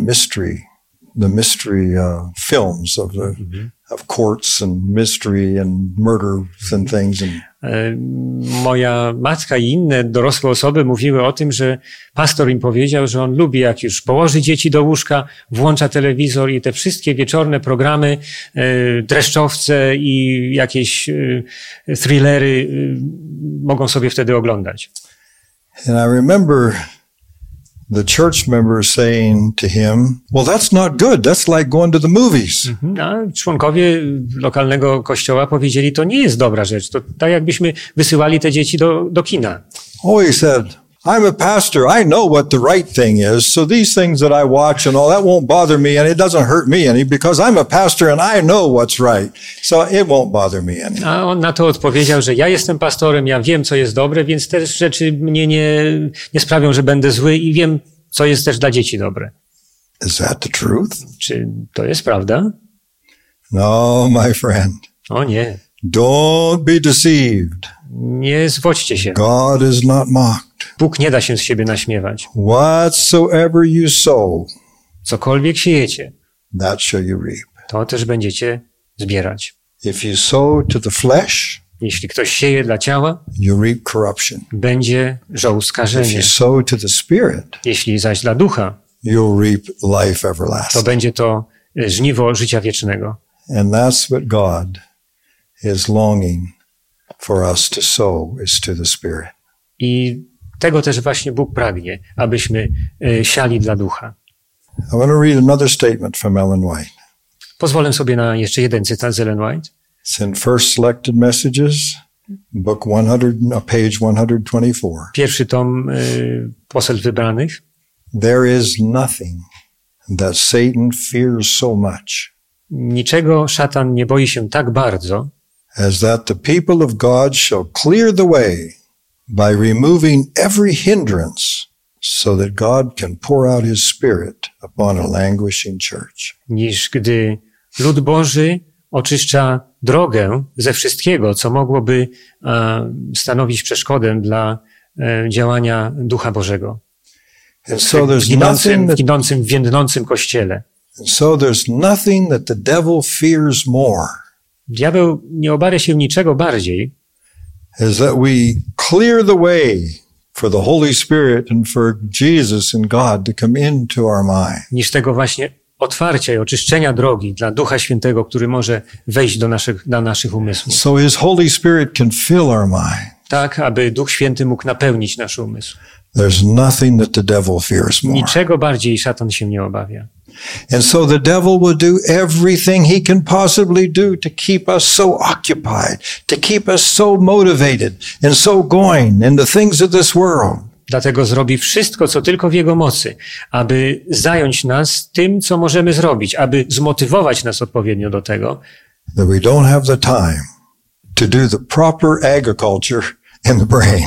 films of courts and mystery and murders and things. Moja matka i inne dorosłe osoby mówiły o tym, że pastor im powiedział, że on lubi, jak już położy dzieci do łóżka, włącza telewizor i te wszystkie wieczorne programy, dreszczowce i jakieś thrillery mogą sobie wtedy oglądać. And I remember the church members saying to him, well, that's not good. That's like going to the movies. A członkowie lokalnego kościoła powiedzieli, to nie jest dobra rzecz. To tak jakbyśmy wysyłali te dzieci do kina. Oh, he said, I'm a pastor. I know what the right thing is. So these things that I watch and all that won't bother me and it doesn't hurt me any because I'm a pastor and I know what's right. So it won't bother me any. A on na to odpowiedział, że ja jestem pastorem, ja wiem, co jest dobre, więc te rzeczy mnie nie sprawią, że będę zły i wiem, co jest też dla dzieci dobre. Is that the truth? Czy to jest prawda? No, my friend. O nie. Don't be deceived. Nie zwodźcie się. God is not mocked. Bóg nie da się z siebie naśmiewać. Whatsoever you sow, cokolwiek siejecie, that shall you reap. To też będziecie zbierać. If you sow to the flesh, jeśli ktoś sieje dla ciała, you reap corruption. Będzie żął skażenie. If you sow to the spirit, jeśli zaś dla ducha, you'll reap life everlasting. To będzie to żniwo życia wiecznego. And that's what God is longing for us to sow, is to the spirit. I tego też właśnie Bóg pragnie, abyśmy siali dla ducha. I want to read another statement from Ellen White. Pozwolę sobie na jeszcze jeden cytat z Ellen White. It's in First Selected Messages, book 100, page 124. Pierwszy tom Poselstw Wybranych. There is nothing that Satan fears so much. Niczego szatan nie boi się tak bardzo, as that the people of God shall clear the way by removing every hindrance, so that God can pour out his spirit upon a languishing church. Niż gdy lud Boży oczyszcza drogę ze wszystkiego, co mogłoby stanowić przeszkodę dla działania Ducha Bożego w ginącym, więdnącym Kościele. And so there's nothing that the devil fears more. Diabeł nie obawia się niczego bardziej, is that we clear the way for the Holy Spirit and for Jesus and God to come into our mind. Niż tego właśnie otwarcia i oczyszczenia drogi dla Ducha Świętego, który może wejść do naszych umysłów. So his Holy Spirit can fill our mind. Tak, aby Duch Święty mógł napełnić nasz umysł. There's nothing that the devil fears more. Niczego bardziej szatan się nie obawia. And so the devil will do everything he can possibly do to keep us so occupied, to keep us so motivated and so going in the things of this world. Dlatego zrobi wszystko, co tylko w jego mocy, aby zająć nas tym, co możemy zrobić, aby zmotywować nas odpowiednio do tego, that we don't have the time to do the proper agriculture in the brain.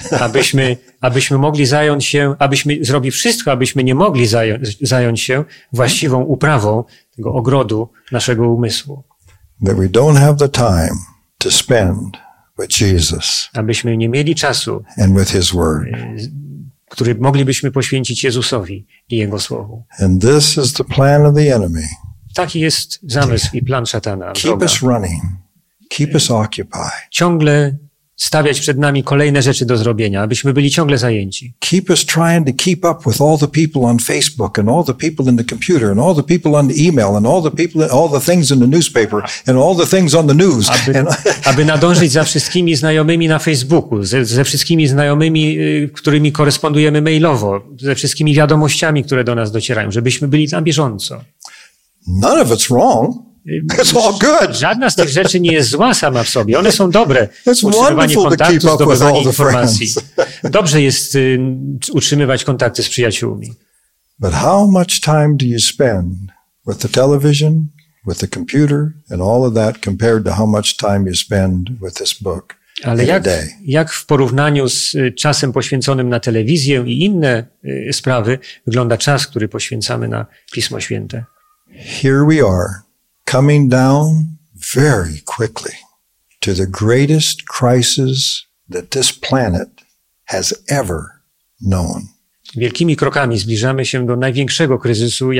abyśmy mogli zająć się, zrobi wszystko, abyśmy nie mogli zająć się właściwą uprawą tego ogrodu naszego umysłu. That we don't have the time to spend with Jesus. Abyśmy nie mieli czasu, and with his word. Który moglibyśmy poświęcić Jezusowi i Jego Słowu. And this is the plan of the enemy. Taki jest zamysł i plan szatana. Keep us running. Keep us occupied. Ciągle stawiać przed nami kolejne rzeczy do zrobienia, abyśmy byli ciągle zajęci. Keep us trying to keep up with all the people on Facebook and all the people in the computer and all the people on the email and all the people, all the things in the newspaper and all the things on the news. Aby nadążyć za wszystkimi znajomymi na Facebooku, ze wszystkimi znajomymi, którymi korespondujemy mailowo, ze wszystkimi wiadomościami, które do nas docierają, żebyśmy byli na bieżąco. None of it's wrong. It's all good. Żadna z tych rzeczy nie jest zła sama w sobie. One są dobre. Utrzymywanie kontaktu, zdobywanie informacji. Dobrze jest utrzymywać kontakty z przyjaciółmi. But how much time do you spend with the television, with the computer and all of that compared to how much time you spend with this book Ale in a day. jak w porównaniu z czasem poświęconym na telewizję i inne sprawy wygląda czas, który poświęcamy na Pismo Święte? Here we are, coming down very quickly to the greatest crisis that this planet has ever known. Wielkimi krokami zbliżamy się do największego kryzysu,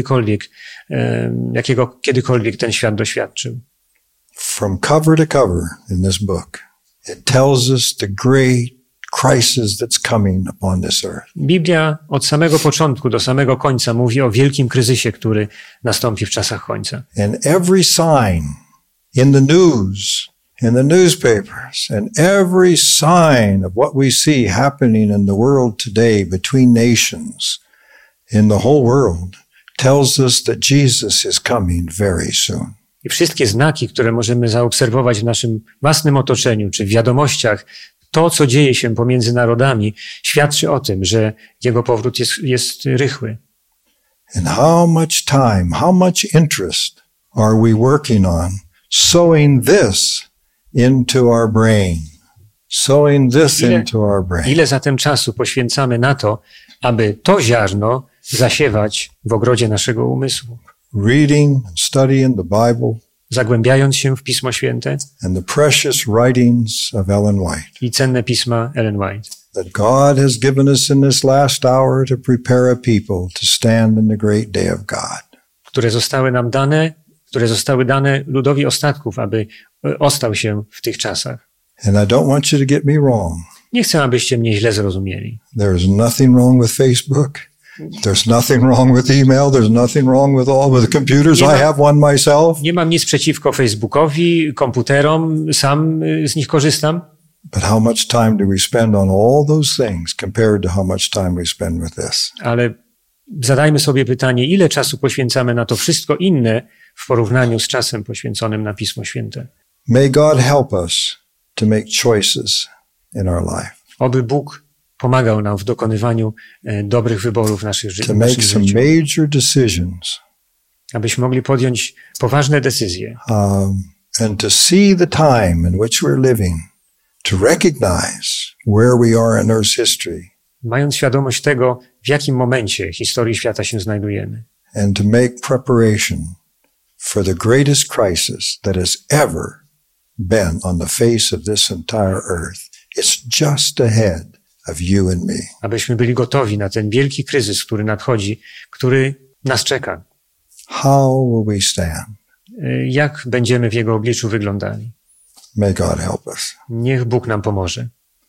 jakiego kiedykolwiek ten świat doświadczył. From cover to cover in this book, it tells us the great crisis that's coming upon this earth. Biblia od samego początku do samego końca mówi o wielkim kryzysie, który nastąpi w czasach końca. And every sign in the news, in the newspapers, and every sign of what we see happening in the world today between nations, in the whole world, tells us that Jesus is coming very soon. I wszystkie znaki, które możemy zaobserwować w naszym własnym otoczeniu, czy w wiadomościach, to, co dzieje się pomiędzy narodami, świadczy o tym, że Jego powrót jest rychły. And how much time, how much interest are we working on sowing this into our brain? Sowing this into our brain. Ile zatem czasu poświęcamy na to, aby to ziarno zasiewać w ogrodzie naszego umysłu? Reading and studying the Bible. Zagłębiając się w Pismo Święte and the precious writings of Ellen White. I cenne pisma Ellen White. That God has given us in this last hour to prepare a people to stand in the great day of God. Które zostały dane ludowi ostatków, aby ostał się w tych czasach. And I don't want you to get me wrong. Nie chcę, abyście mnie źle zrozumieli. There is nothing wrong with Facebook. There's nothing wrong with email. There's nothing wrong with computers. I have one myself. Nie mam nic przeciwko Facebookowi, komputerom, sam z nich korzystam. But how much time do we spend on all those things compared to how much time we spend with this? Ale zadajmy sobie pytanie, ile czasu poświęcamy na to wszystko inne w porównaniu z czasem poświęconym na Pismo Święte. May God help us to make choices in our life. Oby Bóg pomagał nam w dokonywaniu dobrych wyborów w naszych życiu. To make some major decisions. Abyśmy mogli podjąć poważne decyzje. And to see the time in which we're living, to recognize where we are in Earth's history. Mając świadomość tego, w jakim momencie historii świata się znajdujemy. And to make preparation for the greatest crisis that has ever been on the face of this entire earth. It's just ahead of you and me. Abyśmy byli gotowi na ten wielki kryzys, który nadchodzi, który nas czeka. How will we stand? Jak będziemy w Jego obliczu wyglądali? May God help us. Niech Bóg nam pomoże.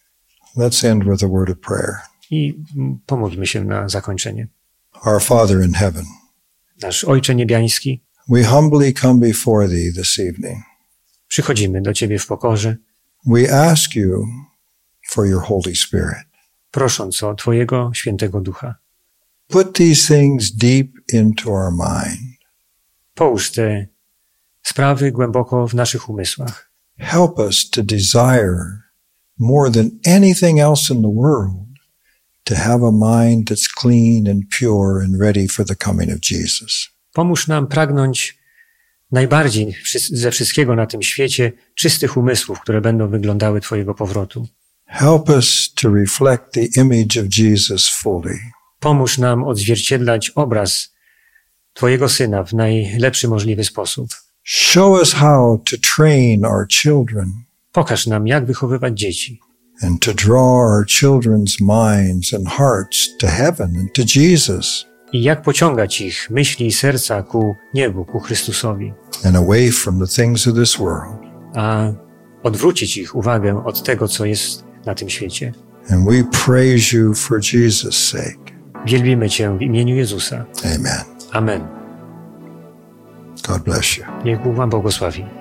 Let's end with a word of prayer. I pomódlmy się na zakończenie. Our Father in heaven. Nasz Ojcze Niebiański. We humbly come before Thee this evening. Przychodzimy do Ciebie w pokorze. We ask You for Your Holy Spirit. Prosząc o Twojego Świętego Ducha. Put these things deep into our mind. Połóż te sprawy głęboko w naszych umysłach. Help us to desire more than anything else in the world to have a mind that's clean and pure and ready for the coming of Jesus. Pomóż nam pragnąć najbardziej ze wszystkiego na tym świecie czystych umysłów, które będą wygłądały Twojego powrotu. Help us to reflect the image of Jesus fully. Pomóż nam odzwierciedlać obraz Twojego Syna w najlepszy możliwy sposób. Show us how to train our children. Pokaż nam, jak wychowywać dzieci. And to draw our children's minds and hearts to heaven and to Jesus. I jak pociągać ich myśli i serca ku niebu, ku Chrystusowi. And away from the things of this world. A odwrócić ich uwagę od tego, co jest na tym świecie. And we praise You for Jesus' sake. Wielbimy Cię w imieniu Jezusa. Amen. Amen. God bless you. Niech Bóg wam błogosławi.